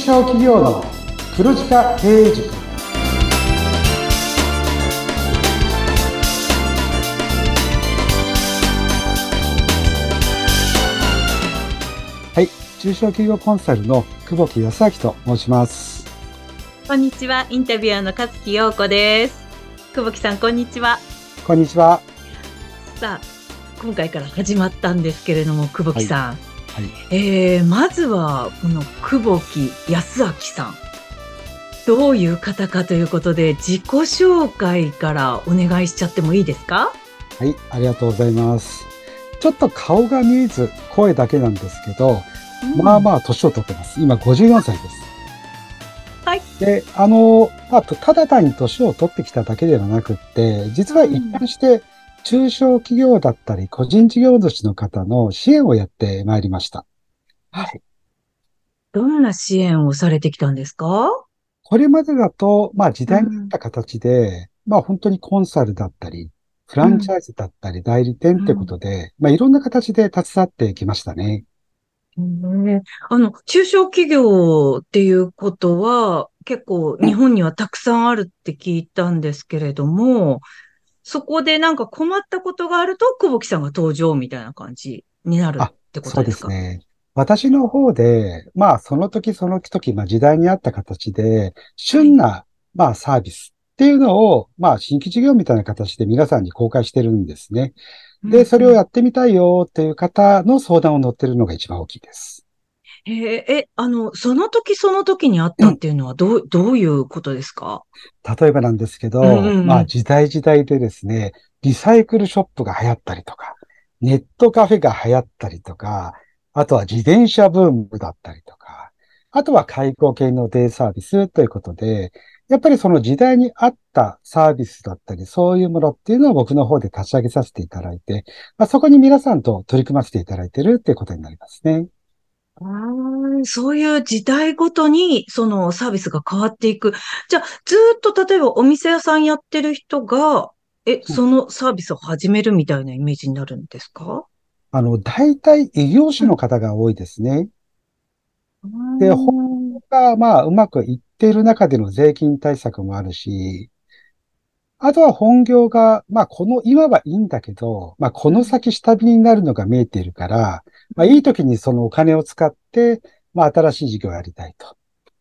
小企業の黒字化経営塾。はい、中小企業コンサルの久保木康明と申します。 こんにちは、インタビュアーの勝木陽子です。久保木さん、こんにちは。 こんにちは。 さあ、今回から始まったんですけれども、久保木さん。まずは、この久保木康明さん。どういう方かということで、自己紹介からお願いしちゃってもいいですか？ はい、ありがとうございます。ちょっと顔が見えず、声だけなんですけど、まあまあ年を取ってます。今54歳です。 はい。 で、ただ単に年を取ってきただけではなくって、実は一貫して中小企業だったり、個人事業主の方の支援をやってまいりました。はい。 どんな支援をされてきたんですか？ これまでだと、時代に合った形で、本当にコンサルだったり、フランチャイズだったり、代理店ってことで、いろんな形で携わってきましたね。 中小企業っていうことは、結構日本にはたくさんあるって聞いたんですけれども、そこでなんか困ったことがあると、久保木さんが登場みたいな感じになるってこそうでとですか？ すね。私の方で、その時その時、時代に合った形で、 はい。 旬な、サービスっていうのを、新規事業みたいな形で皆さんに公開してるんですね。で、それをやってみたいよっていう方の相談を乗ってるのが一番大きいです。 その時その時にあったっていうのはどういうことですか？ 例えばなんですけうんど、 うんうん。 時代時代でですね、リサイクルショップが流行ったりとか、ネットカフェが流行ったりとか、あとは自転車ブームだったりとか、あとは介護系のデイサービスということで、やっぱりその時代に合ったサービスだったり、そういうものっていうのを僕の方で立ち上げさせていただいて、そこに皆さんと取り組ませていただいているっていうことになりますね。 そういう時代ごとにそのサービスが変わっていく。じゃあ、ずーっと例えばお店屋さんやってる人が、そのサービスを始めるみたいなイメージになるんですか？ 大体異業種のうん。 方が多いですね。 うーで、本ん。 当がうまくいっている中での税金対策もあるし、あとは本業が、今はいいんだけど、この先下火になるのが見えているから、いい時にそのお金を使って、新しい事業をやりたいと。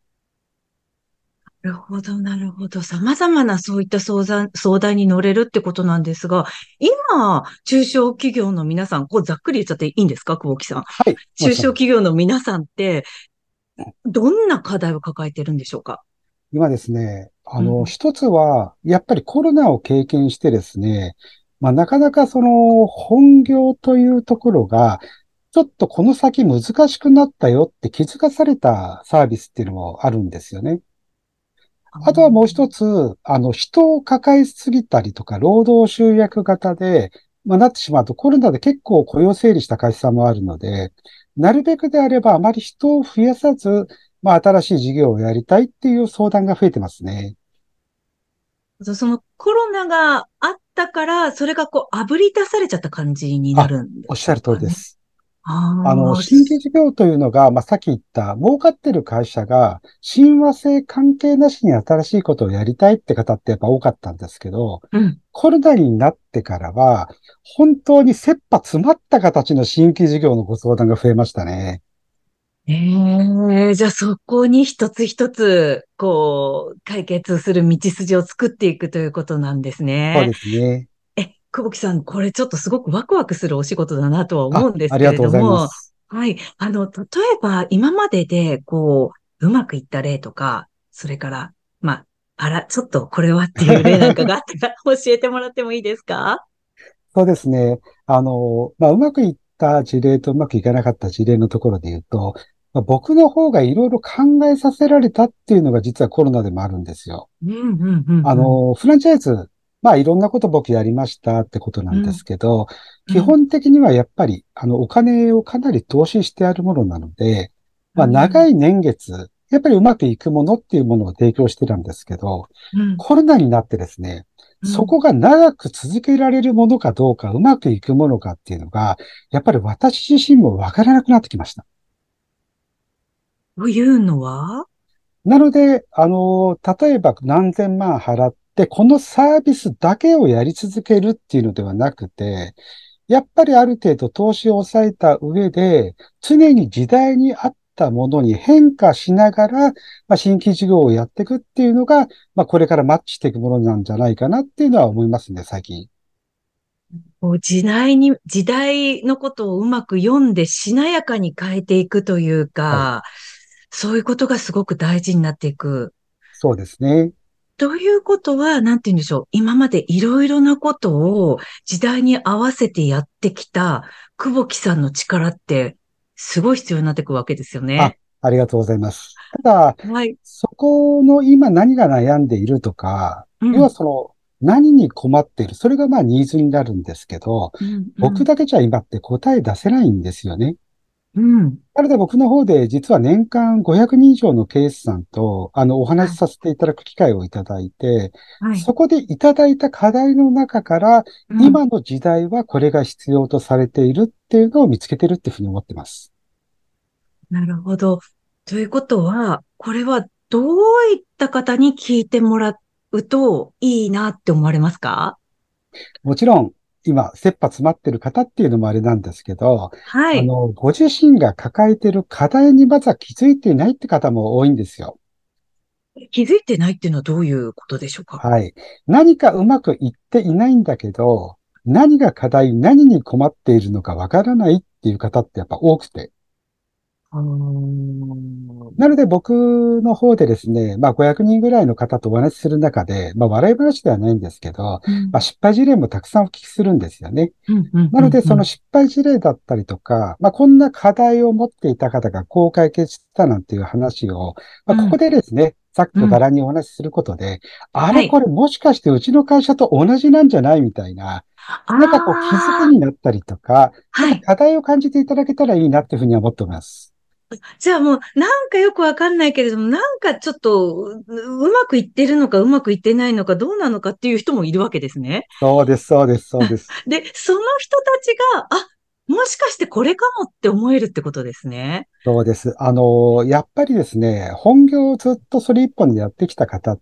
なるほど、なるほど。様々なそういった相談に乗れるってことなんですが、今、中小企業の皆さん、こうざっくり言っちゃっていいんですか、久保木さん。 はい、も中小ちろんです。 企業の皆さんって、どんな課題を抱えてるんでしょうか？ 今ですね、 うん。 一つは、やっぱりコロナを経験してですね、なかなかその本業というところが、ちょっとこの先難しくなったよって気づかされたサービスっていうのもあるんですよね。 ああとはもう一ーつ、人を抱えすぎたりとか、労働集約型で、なってしまうと、コロナで結構雇用整理した会社さんもあるので、なるべくであればあまり人を増やさず、新しい事業をやりたいっていう相談が増えてますね。 そのコロナがあったから、それがこう、炙り出されちゃった感じになあ、 るんでおっしゃる通りすかね。 です。 ああ、 新規事業というのが、さっき言った儲かってる会社が親和性関係なしに新しいことをやりたいって方ってやっぱ多かったんですけど、 うん。 コロナになってからは、本当に切羽詰まった形の新規事業のご相談が増えましたね。 じゃあそこに一つ一つ、こう、解決する道筋を作っていくということなんですね。 そうですね。 久保木さん、これちょっとすごくワクワクするお仕事だなとは思うんですけれありがとうございまども、 す。 はい。例えば今までで、こう、うまくいった例とか、それから、ちょっとこれはっていう例なんかがあったら教えてもらってもいいですか？ そうですね。うまくいった事例とうまくいかなかった事例のところで言うと、僕の方がいろいろ考えさせられたっていうのが実はコロナでもあるんですよ。 うん、うん、うん、うん。 フランチャイズ、いろんなこと僕やりましたってことなんでうん、 すけど、基うん、 本的にはやっぱり、お金をかなり投資してあるものなので、 うん、 長い年月、やっぱりうまくいくものっていうものを提供してたんですけど、 うん、 コロナになってですね、 うん。 そこが長く続けられるものかどうか、うまくいくものかっていうのが、やっぱり私自身もわからなくなってきました。 というのは？ なので、例えば何千万払って、このサービスだけをやり続けるっていうのではなくて、やっぱりある程度投資を抑えた上で、常に時代に合ったものに変化しながら、新規事業をやっていくっていうのが、これからマッチしていくものなんじゃないかなっていうのは思いますね、最近。 こう時代のことをうまく読んでしなやかに変えていくというはい。 か、そういうことがすごく大事になっていく。 そうですね。 ということは、なんて言うんでしょう。今までいろいろなことを時代に合わせてやってきた久保木さんの力ってすごい必要になっていくわけですよあ、 ね。 ありがとうございます。ただ、 はい。 そこの今何が悩んでいるとか、要はうん。 その何に困っている、それがニーズになるんですけど、 うん。うん。 僕だけじゃ今って答え出せないんですよね。 うん。 なので僕の方で実は年間500人以上の経営者さんとおはい。 話しさせていただく機会をいただいて、 はい。 そこでいただいた課題の中からうん。 今の時代はこれが必要とされているっていうのを見つけてるっていうふうに思ってます。 なるほど。ということは、これはどういった方に聞いてもらうといいなって思われますか？ もちろん、今、切羽詰まってる方っていうのもあれなんですけど、 はい。 ご自身が抱えている課題にまずは気づいていないって方も多いんですよ。 気づいてないっていうのはどういうことでしょうか？ はい。何かうまくいっていないんだけど、何が課題、何に困っているのかわからないっていう方ってやっぱ多くて。 あーなので僕の方でですね、500人ぐらいの方とお話しする中で、笑い話ではないんですけど、 うん。 失敗事例もたくさんお聞きするんですよね。 うん、うん、 なので、 うん、うん。 その失敗事例だったりとか、こんな課題を持っていた方がこう解決したなんていう話を、ここうん、 でですね、ざっうん。 くばらんにお話しすることで、あはい。 れこれもしかしてうちの会社と同じなんじゃないみたいな、 あなんかこう気づきあ、 になったりとか、なんはい。 か課題を感じていただけたらいいなっていうふうには思っております。 じゃあもう、なんかよくわかんないけれども、なんかちょっとうまくいってるのか、うまくいってないのか、どうなのかっていう人もいるわけですね。 そうです、そうです、そうです。 で、その人たちが、あ、もしかしてこれかもって思えるってことですね。 そうです。やっぱりですね、本業をずっとそれ一本でやってきた方って、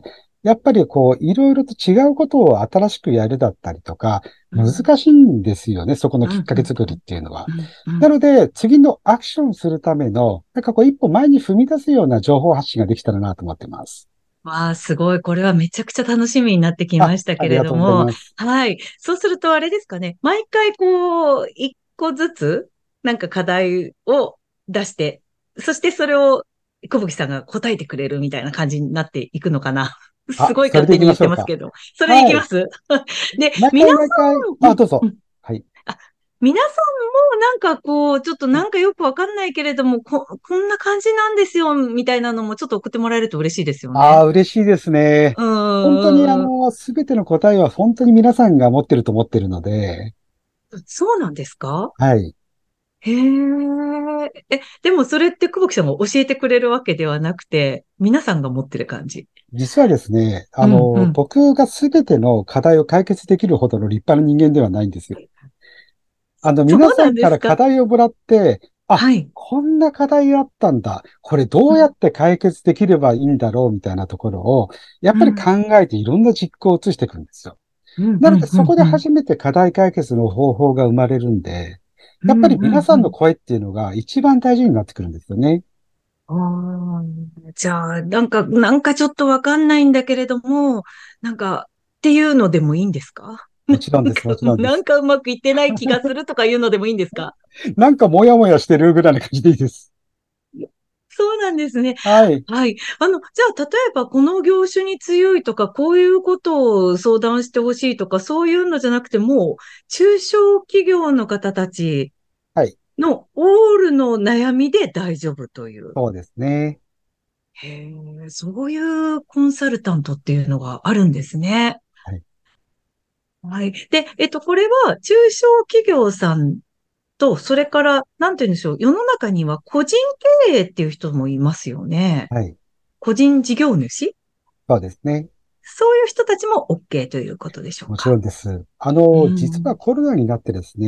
やっぱりいろいろと違うことを新しくやるだったりとか、難うん、 しいんですよね、そこのうん、 きっかけうん、 作りっていうのは。 うん、うん。 なので、次のアクションするための、なんか一歩前に踏み出すような情報発信ができたらなと思ってます。 わあ、すごい。これはめちゃくちゃ楽しみになってきましたけありがとうございれども、 ます。 はい。そうするとあれですかね。毎回こう、一個ずつ、なんか課題を出して、そしてそれを小吹さんが答えてくれるみたいな感じになっていくのかな。すごいそれで行き勝手に言っましょうか。 てますけど。それでいはい。 きます。で、 毎回皆さ毎回、 ん、うん、 どうぞ。 うん。 はい。 あ、皆さんもなんかこう、ちょっとなんかよくわかんないけれども、こんな感じなんですよ、みたいなのもちょっと送ってもらえると嬉しいですよね。 嬉しいですね。 う本当にーん。 すべての答えは本当に皆さんが持ってると思ってるので、 そうなんですか？ はい。 へえ。でもそれって久保木さんが教えてくれるわけではなくて、皆さんが持ってる感じ。 実はですね、 うん、うん。 僕がすべての課題を解決できるほどの立派な人間ではないんですよ。皆そうさんから課なんですか？ 題をもらって、 はい。 こんな課題あったんだ。これどうん、 うやって解決できればいいんだろうみたいなところを、やっぱり考うん、 えていろんな実行を移していくんですよ。 うん、うん、 なので、 うん、 そこでうん。 初めて課題解決の方法が生まれるんで、やっぱりうん、うん、 皆さんのうん。 声っていうのが一番大事になってくるんですよね。 ああ、じゃあ、なんかちょっとわかんないんだけれども、なんか、っていうのでもいいんですか？ もちろんです、もちろんです。 なんかうまくいってない気がするとかいうのでもいいんですか？ なんかモヤモヤしてるぐらいな感じでいいです。 そうなんですね。 はい。 はい。じゃあ、例えば、この業種に強いとか、こういうことを相談してほしいとか、そういうのじゃなくても、中小企業の方たちはい。 のオールの悩みで大丈夫という。 そうですね。 へえ、そういうコンサルタントっていうのがあるんですね。 はい。 はい。で、これは中小企業さんと、それから、なんて言うんでしょう。世の中には個人経営っていう人もいますよね。 はい。 個人事業主そうですね。 そういう人たちも OK ということでしょうもちろか。 んです。 う実はん。 コロナになってですね、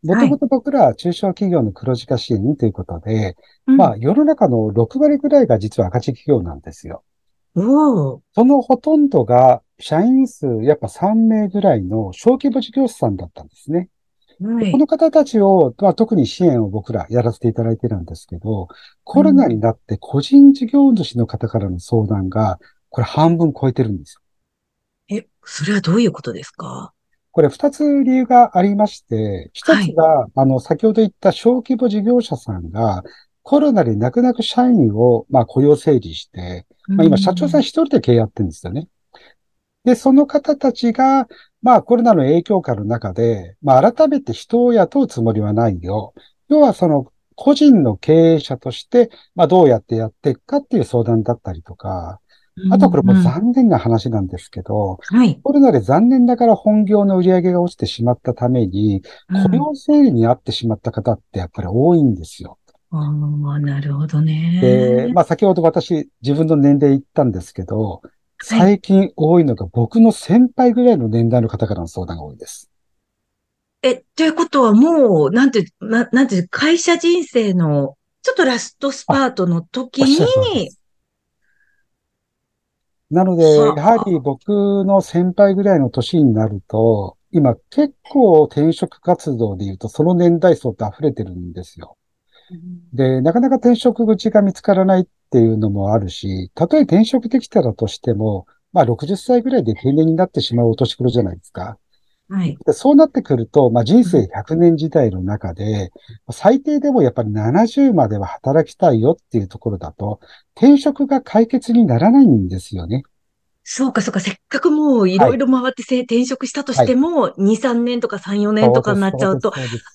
もともと僕らは中小企業の黒字化支援ということで、世の中の6割ぐらいが実は赤字企業なんですよ。そのほとんどが社員数やっぱ3名ぐらいの小規模事業者さんだったんですね。この方たちを、特に支援を僕らやらせていただいてるんですけど、コロナになって個人事業主の方からの相談が、これ半分超えてるんですよ。それはどういうことですか？ これ2つ理由がありまして、1つが、先ほど言った小規模事業者さんが、コロナで泣く泣く社員を、雇用整理して、今社長さん一人で経営やってるんですよね。で、その方たちが、コロナの影響下の中で、改めて人を雇うつもりはないよ。要はその、個人の経営者として、どうやってやっていくかっていう相談だったりとか、あとこれも残念な話なんですけど、コロナで残念ながら本業の売り上げが落ちてしまったために、雇用整理に遭ってしまった方ってやっぱり多いんですよ。 なるほどね。 で、先ほど私自分の年齢言ったんですけど、最近多いのが僕の先輩ぐらいの年代の方からの相談が多いです。 ということはもう、なんて、会社人生のちょっとラストスパートの時に、 なので、やはり僕の先輩ぐらいの年になると、今結構転職活動で言うとその年代層って溢れてるんですよ。で、なかなか転職口が見つからないっていうのもあるし、たとえ転職できたらとしても、60歳ぐらいで定年になってしまうお年頃じゃないですか。でそうなってくると、人生100年時代の中で、最低でもやっぱり70までは働きたいよっていうところだと、転職が解決にならないんですよね。 そうか、せっかくもういろいろ回って転職したとしても、2、3年とか3、4年とかになっちゃうと、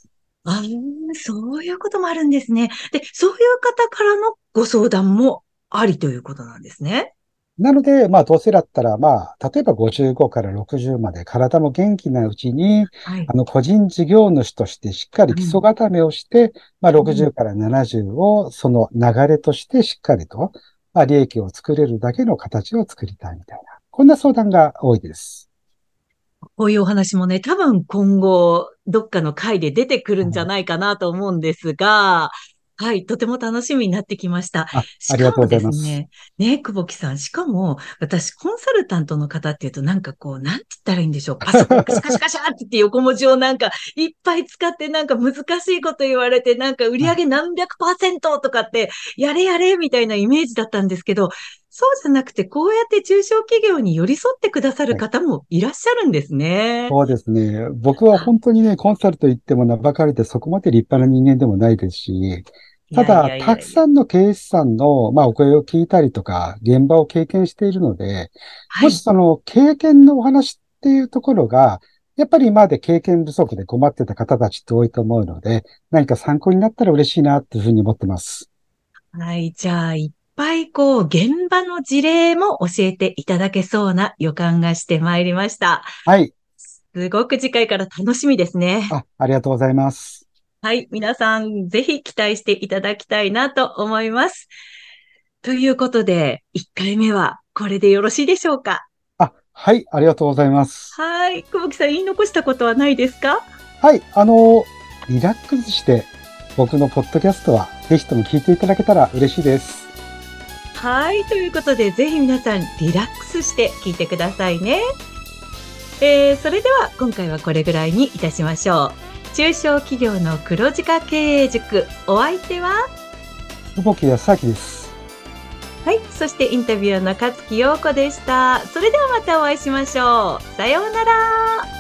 そういうこともあるんですね。で、そういう方からのご相談もありということなんですね。 なので、どうせだったら、例えば55から60まで体も元気なうちに、個人事業主としてしっかり基礎固めをして、60から70をその流れとしてしっかりと、利益を作れるだけの形を作りたいみたいな、こんな相談が多いです。 こういうお話もね、多分今後、どっかの回で出てくるんじゃないかなと思うんですが、はい、とても楽しみになってきました。 ありがとうございます。 久保木さん、しかも、私、コンサルタントの方っていうと、なんて言ったらいいんでしょう。パソコンカシャカシャカシャって言って横文字をいっぱい使って難しいこと言われて、売上何百%とかって、やれやれみたいなイメージだったんですけど、そうじゃなくて、こうやって中小企業に寄り添ってくださる方もいらっしゃるんですね。 そうですね。僕は本当にね、コンサルと言っても名ばかりでそこまで立派な人間でもないですし、ただ、たくさんの経営者さんの、お声を聞いたりとか、現場を経験しているので、もしその経験のお話っていうところが、やっぱり今まで経験不足で困ってた方たちって多いと思うので、何か参考になったら嬉しいなっていうふうに思ってます。 はい、じゃあ、いっぱい現場の事例も教えていただけそうな予感がしてまいりました。 はい。 すごく次回から楽しみですね。 ありがとうございます。 はい、皆さんぜひ期待していただきたいなと思います。ということで、1回目はこれでよろしいでしょうか？ はい、ありがとうございます。 はい、久保木さん言い残したことはないですか？ はい、リラックスして僕のポッドキャストはぜひとも聞いていただけたら嬉しいです。 はい、ということでぜひ皆さんリラックスして聞いてくださいね。それでは今回はこれぐらいにいたしましょう。中小企業の黒字化経営塾、お相手は久保木康明です。 はい、そしてインタビュアーの勝木陽子でした。それではまたお会いしましょう。さようなら。